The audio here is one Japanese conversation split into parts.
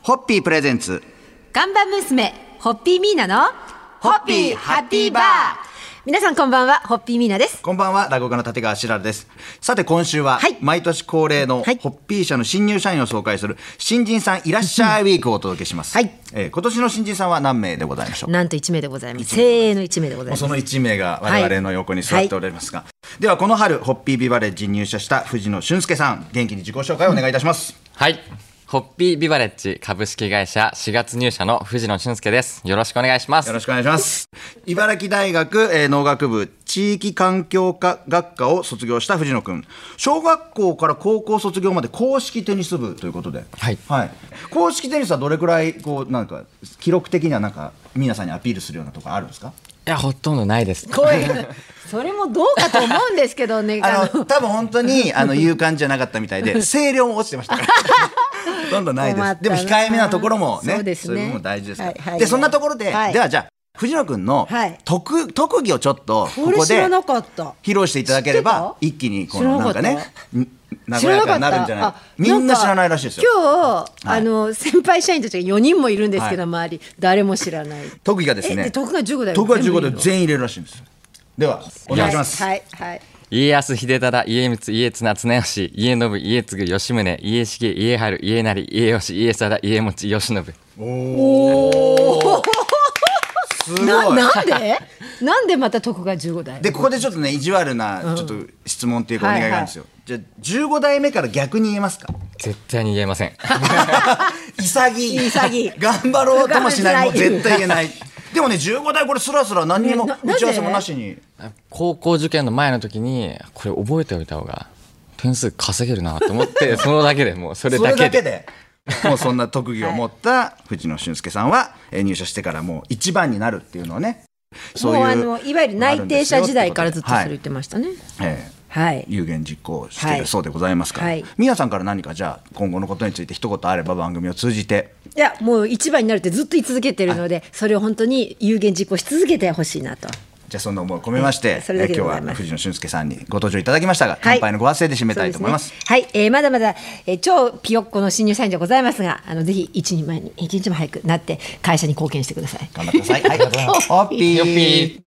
ホッピープレゼンツ看板娘ホッピーミーナのホッピーハッピーバー。 皆さんこんばんは、ホッピーミーナです。 こんばんは、落語家の立川しららです。さて今週は、毎年恒例のホッピー社の新入社員を紹介する新人さんいらっしゃいウィークをお届けします。今年の新人さんは何名でございましょう。 なんと1名でございます。精鋭の1名でございます。 その1名が我々の横に座っておりますが、ではこの春ホッピービバレッジに入社した藤野俊介さん、元気に自己紹介をお願いいたします。 はい、ホッピービバレッジ株式会社4月入社の藤野俊介です。よろしくお願いします。 よろしくお願いします。茨城大学、農学部地域環境科学科を卒業した藤野くん、小学校から高校卒業まで硬式テニス部ということで、硬式テニスはどれくらいこうなんか記録的にはなんか皆さんにアピールするようなところあるんですか？ いや、ほとんどないです。 それもどうかと思うんですけどね。 多分本当に言う感じじゃなかったみたいで声量も落ちてましたからほとんどないです。でも控えめなところもね、そういうのも大事ですから。でそんなところで、ではじゃあ藤野くんの特技をちょっとここで披露していただければ一気にこのなんかね和やかになるんじゃない。みんな知らないらしいですよ。 今日先輩社員たちが4人もいるんですけど、周り誰も知らない。 特技がですね、 特技が15代、 特技が15代全員入れるらしいんですよ。ではお願いします。 家康秀忠家光家綱綱吉家信家継吉宗家重家治家成家吉家貞家持慶喜。 おすごい。 なんでまた徳が15代で、ここでちょっとね意地悪なちょっと質問っていうかお願いがあるんですよ。じゃあ15代目から逆に言えますか？ 絶対に言えません。 潔い頑張ろうともしない、もう絶対言えない。でもね15代これスラスラ何にも打ち合わせもなしに、 高校受験の前の時にこれ覚えておいた方が点数稼げるなと思ってそのだけでもうそれだけでもうそんな特技を持った藤野俊介さんは入社してからもう一番になるっていうのはね、 そういういわゆる内定者時代からずっとそれ言ってましたね。有言実行しているそうでございますから、皆さんから何かじゃあ今後のことについて一言あれば番組を通じて。いや、もう一番になるってずっと言い続けてるので、それを本当に有言実行し続けてほしいなと。 じゃあそんな思いを込めまして、今日は藤野俊介さんにご登場いただきましたが、乾杯のご発声で締めたいと思います。 まだまだ、超ピヨッコの新入社員でございますが、ぜひ一日も早くなって会社に貢献してください。 頑張ってください。ホッピー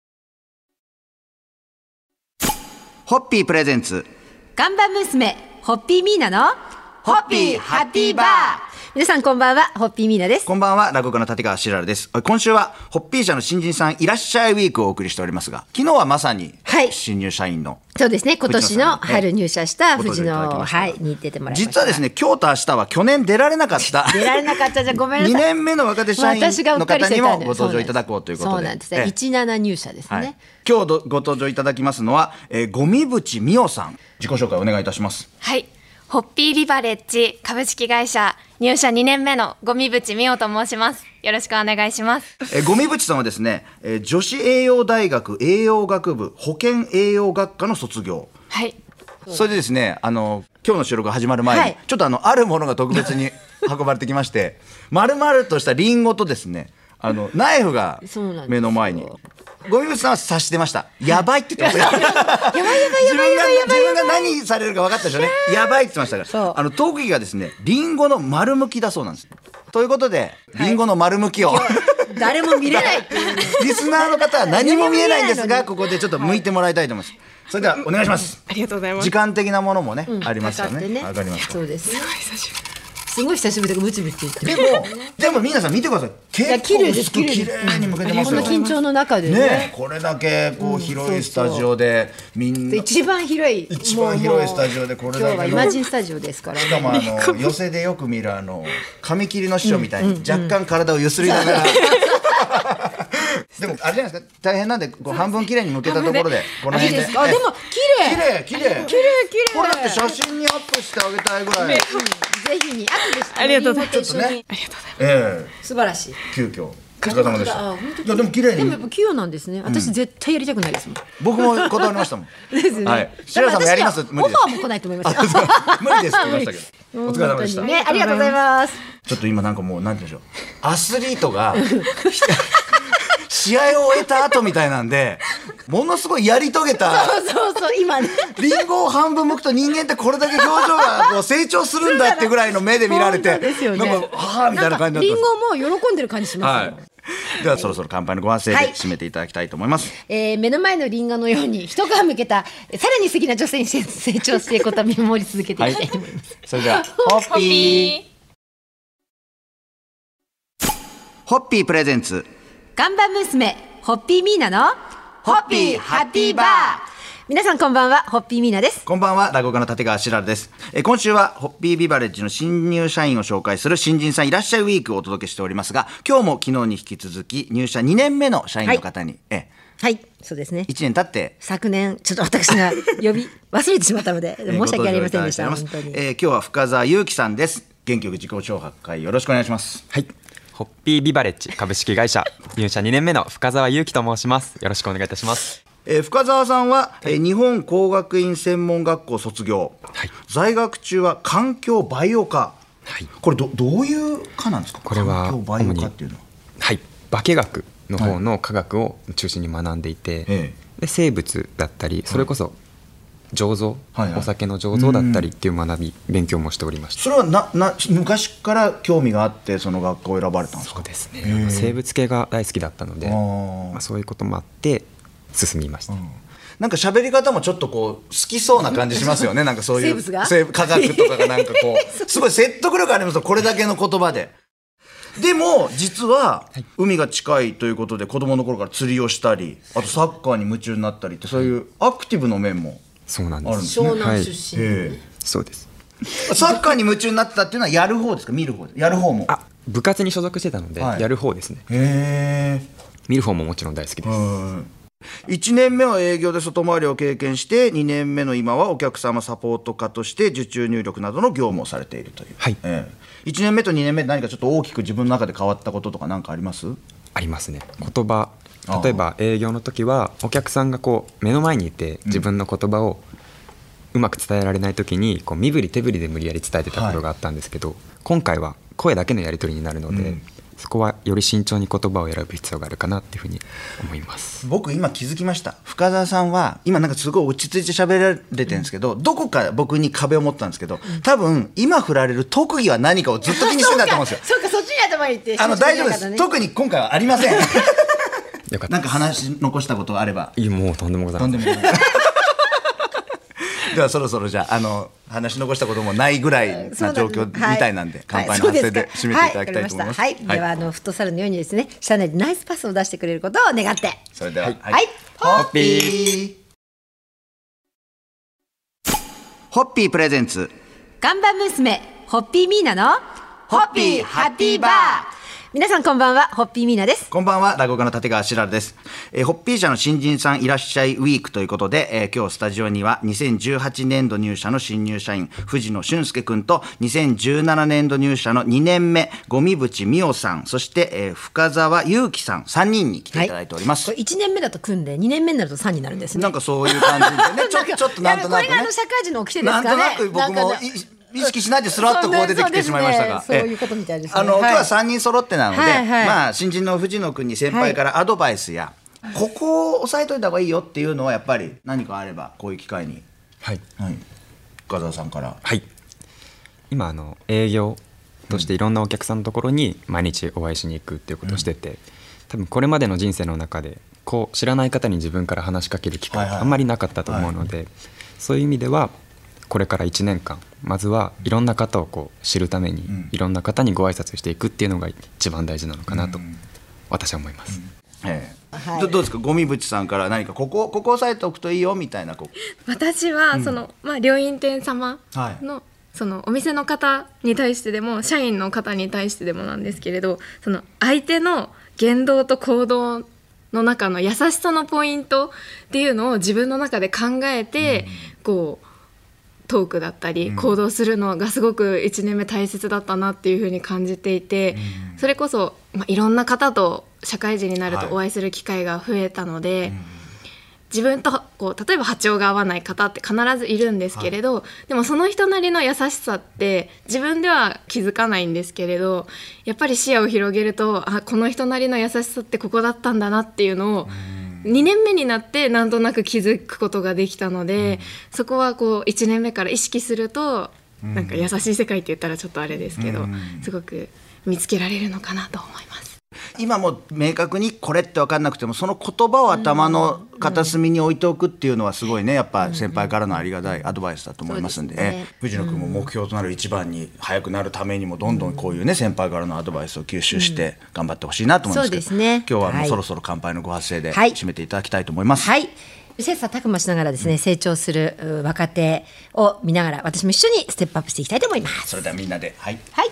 ホッピープレゼンツ看板娘ホッピーミーナのホッピーハッピーバー。 皆さんこんばんは、ホッピーミーナです。 こんばんは、落語家の立川しららです。今週はホッピー社の新人さんいらっしゃいウィークをお送りしておりますが、昨日はまさに新入社員の、 そうですね、今年の春入社した藤野に出てもらいました。 実はですね、今日と明日は去年出られなかったじゃごめんなさい、 2年目の若手社員の方にもご登場いただこうということで、 そうなんですね、17入社ですね。 今日ご登場いただきますのは、五味淵美代さん、自己紹介お願いいたします。 はい、ホッピービバレッジ株式会社入社2年目の五味淵美代と申します。よろしくお願いします。 五味淵さんはですね、女子栄養大学栄養学部保健栄養学科の卒業。それでですね、今日の収録が始まる前に、ちょっとあるものが特別に運ばれてきまして丸々としたリンゴとですね、ナイフが目の前に。五味淵さんは察してました。やばいって言ってました。自分が何されるか分かったでしょうね。やばいって言ってましたから。特技がですね、リンゴの丸剥きだそうなんです。ということで、リンゴの丸剥きを誰も見れないっていうリスナーの方は何も見えないんですが、ここでちょっと剥いてもらいたいと思います。それではお願いします。 ありがとうございます。 時間的なものもね、ありますからね。わかります。 そうです。すごい久しぶりでブチブチ言ってる。 でも皆さん見てください。結構薄く綺麗に剥けてますよ。 この緊張の中でね。 これだけこう広いスタジオでみんな一番広いスタジオでこれだけ。 今日はイマジンスタジオですからね。 しかも寄席でよく見る紙切りの師匠みたいに若干体をゆすりながら。でもあれじゃないですか、大変なんで半分綺麗に剥けたところでこの辺で。 でも綺麗。 これだって写真にアップしてあげたいぐらい。 ぜひに後でありがとうございます。 ちょっとね、 ありがとうございます。 素晴らしい。 急遽お疲れ様でした。いやでも綺麗に。 でもやっぱ器用なんですね。私絶対やりたくないですもん。 僕も断りましたもん。 ですね。 白さんもやります。無理です。 オファーも来ないと思います。 無理ですって言いましたけど。お疲れ様でした。 ありがとうございます。 ちょっと今なんかもうなんて言うんでしょう。アスリートが試合を終えた後みたいなんで、 ものすごいやり遂げたそう今ねリンゴを半分剥くと人間ってこれだけ表情がこう成長するんだってぐらいの目で見られてなんかはあみたいな感じになってます。 リンゴも喜んでる感じしますよ、 ではそろそろ乾杯のご発声で締めていただきたいと思います、 目の前のリンゴのように一皮向けたさらに素敵な女性に成長していくことを見守り続けていきたいと思います、 それではホッピープレゼンツガンバ娘ホッピーミーナのホッピーハッピーバー。 皆さんこんばんは、ホッピーミーナです。 こんばんは、落語家の立川しららです。今週はホッピービバレッジの新入社員を紹介する新人さんいらっしゃいウィークをお届けしておりますが、今日も昨日に引き続き入社2年目の社員の方に、 はい、そうですね。 1年経って昨年ちょっと私が呼び忘れてしまったので申し訳ありませんでした。本当に。 今日は深澤祐樹さんです。元気よく自己紹介よろしくお願いします。 はい。ホッピービバレッジ株式会社入社2年目の深澤祐樹と申します。よろしくお願いいたします。 深澤さんは、日本工学院専門学校卒業、在学中は環境バイオ科、これ どういう科なんですか？ これは環境バイオ科っていうのは、 化学の方の科学を中心に学んでいて、で生物だったりそれこそ醸造、お酒の醸造だったりっていう勉強もしておりました。 それは昔から興味があってその学校を選ばれたんですか？ そうですね、生物系が大好きだったので、そういうこともあって進みました。 なんか喋り方もちょっとこう好きそうな感じしますよね。なんかそういう科学とかがなんかこうすごい説得力ありますよ、これだけの言葉で。でも実は海が近いということで子供の頃から釣りをしたり、あとサッカーに夢中になったりって、そういうアクティブの面もそうなんです。 湘南出身、 そうです。 サッカーに夢中になってたっていうのはやる方ですか、見る方ですか？やる方も。 部活に所属してたので、やる方ですね。見る方ももちろん大好きです。 1年目は営業で外回りを経験して、2年目の今はお客様サポート課として受注入力などの業務をされているという、1年目と2年目で何かちょっと大きく自分の中で変わったこととか何かあります？ ありますね。言葉、例えば営業の時はお客さんがこう目の前にいて自分の言葉をうまく伝えられない時にこう身振り手振りで無理やり伝えてたことがあったんですけど、今回は声だけのやり取りになるので、そこはより慎重に言葉を選ぶ必要があるかなっていうふうに思います。 僕今気づきました。深澤さんは今なんかすごい落ち着いて喋られてるんですけど、どこか僕に壁を持ったんですけど、多分今振られる特技は何かをずっと気にしてたと思うんですよ。 そうか、そっちに頭にいって。 大丈夫です。特に今回はありません。なんか話残したことあれば。 もうとんでもございません。 ではそろそろじゃあ話残したこともないぐらいな状況みたいなんで、乾杯の発声で締めていただきたいと思います。 ではフットサルのようにですね、社内でナイスパスを出してくれることを願って、 それではホッピープレゼンツガンバ娘ホッピーミーナのホッピーハッピーバー。 皆さんこんばんは、ホッピーミーナです。 こんばんは、落語家の立川しららです。ホッピー社の新人さんいらっしゃいウィークということで、今日スタジオには2018年度入社の新入社員藤野俊介君と、2017年度入社の2年目五味淵美桜さん、そして、深澤祐樹さん3人に来ていただいております。 これ1年目だと組んで2年目になると3になるんですね。 なんかそういう感じでねちょっとなんとなくね、 これが社会人の掟ですかね。 なんとなく僕も意識しないでスラッとこう出てきてしまいましたが、 そういうことみたいですね。 今日は3人揃ってなので、新人の藤野君に先輩からアドバイスや、ここを押さえといた方がいいよっていうのはやっぱり何かあればこういう機会に。深澤さんから。 今営業としていろんなお客さんのところに毎日お会いしに行くっていうことをしてて、多分これまでの人生の中でこう知らない方に自分から話しかける機会があんまりなかったと思うので、そういう意味ではこれから1年間まずはいろんな方をこう知るために、いろんな方にご挨拶していくっていうのが一番大事なのかなと私は思います。 どうですか、五味淵さんから何かここ押さえておくといいよみたいな。 私は両院店様のそのお店の方に対してでも社員の方に対してでもなんですけれど、その相手の言動と行動の中の優しさのポイントっていうのを自分の中で考えて、こうトークだったり行動するのがすごく1年目大切だったなっていうふうに感じていて、それこそ、いろんな方と社会人になるとお会いする機会が増えたので、自分とこう例えば波長が合わない方って必ずいるんですけれど、でもその人なりの優しさって自分では気づかないんですけれど、やっぱり視野を広げるとこの人なりの優しさってここだったんだなっていうのを 2年目になってなんとなく気づくことができたので、そこはこう1年目から意識するとなんか優しい世界って言ったらちょっとあれですけど、すごく見つけられるのかなと思います。 今も明確にこれって分かんなくてもその言葉を頭の片隅に置いておくっていうのはすごいね、やっぱ先輩からのありがたいアドバイスだと思いますんで、ね、藤野君も目標となる一番に早くなるためにもどんどんこういうね先輩からのアドバイスを吸収して頑張ってほしいなと思いますけど、そうですね、今日はもうそろそろ乾杯のご発声で締めていただきたいと思います。 はい、切磋琢磨しながらですね、成長する若手を見ながら私も一緒にステップアップしていきたいと思います。 それではみんなで、はい、 はい、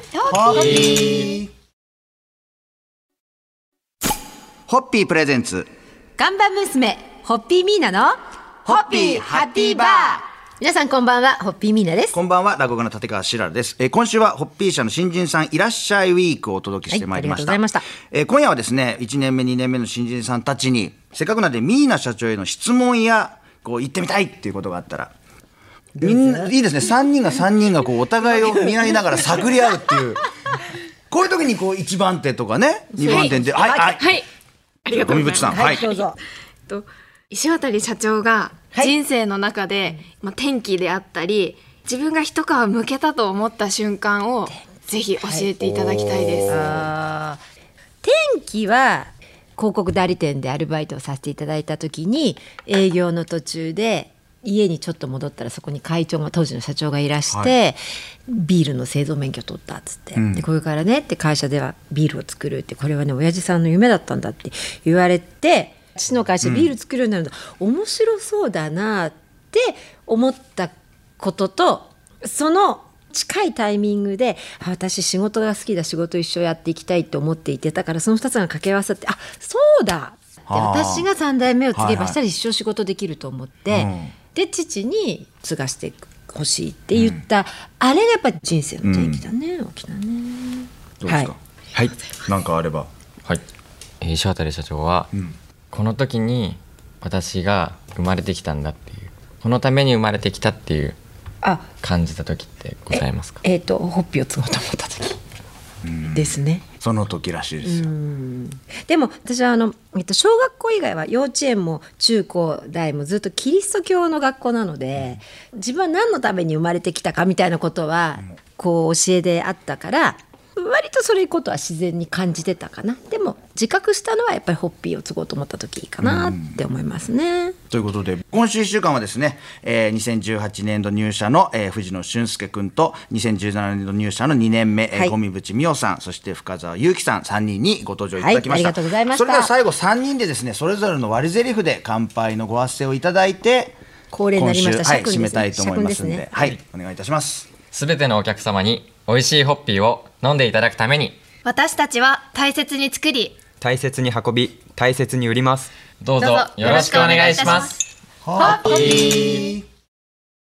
ホッピープレゼンツ看板娘ホッピーミーナのホッピーハッピーバー。皆さんこんばんは、ホッピーミーナです。 こんばんは、落語家の立川しららです。今週はホッピー社の新人さんいらっしゃいウィークをお届けしてまいりました。今夜はですね、1年目2年目の新人さんたちにせっかくなんでミーナ社長への質問やこう言ってみたいっていうことがあったらいいですね。3人がこうお互いを見合いながら探り合うっていうこういう時にこう1番手とかね2番手で、はい、 ありがとうございます。 はい、どうぞ。 石渡社長が人生の中で、転機であったり自分が一皮むけたと思った瞬間をぜひ教えていただきたいです。 転機は広告代理店でアルバイトをさせていただいた時に営業の途中で家にちょっと戻ったらそこに会長が当時の社長がいらして、ビールの製造免許取ったっつって、でこれからねって会社ではビールを作るって、これはね親父さんの夢だったんだって言われて、父の会社ビール作るようになるの、面白そうだなって思ったことと、その近いタイミングで私仕事が好きだ、仕事一生やっていきたいと思っていて、だからその2つが掛け合わさって、あ、そうだって私が3代目を継げばしたら一生仕事できると思って、で父に継がせてほしいって言った、あれがやっぱり人生の転機だね、大きなね。 どうですか。はい、なんかあれば。はい、 石渡社長は、この時に私が生まれてきたんだっていう、このために生まれてきたっていう感じた時ってございますか。 ホッピーを継ごうと思った時ですね。 その時らしいですよ。 でも私は小学校以外は幼稚園も中高大もずっとキリスト教の学校なので、自分は何のために生まれてきたかみたいなことはこう教えであったから、割とそういうことは自然に感じてたかな。でも自覚したのはやっぱりホッピーを継ごうと思った時かなって思いますね。 ということで今週1週間はですね、2018年度入社の、藤野俊介君と2017年度入社の2年目、小見淵美桜さん、そして深澤祐希さん3人にご登場いただきました。 ありがとうございました。 それでは最後3人でですね、それぞれの割り台詞で乾杯のご発声をいただいて恒例になりました締めたいと思いますので、お願いいたします。 すべてのお客様に美味しいホッピーを飲んでいただくために、 私たちは大切に作り、 大切に運び、大切に売ります。 どうぞよろしくお願いします。 ホッピー。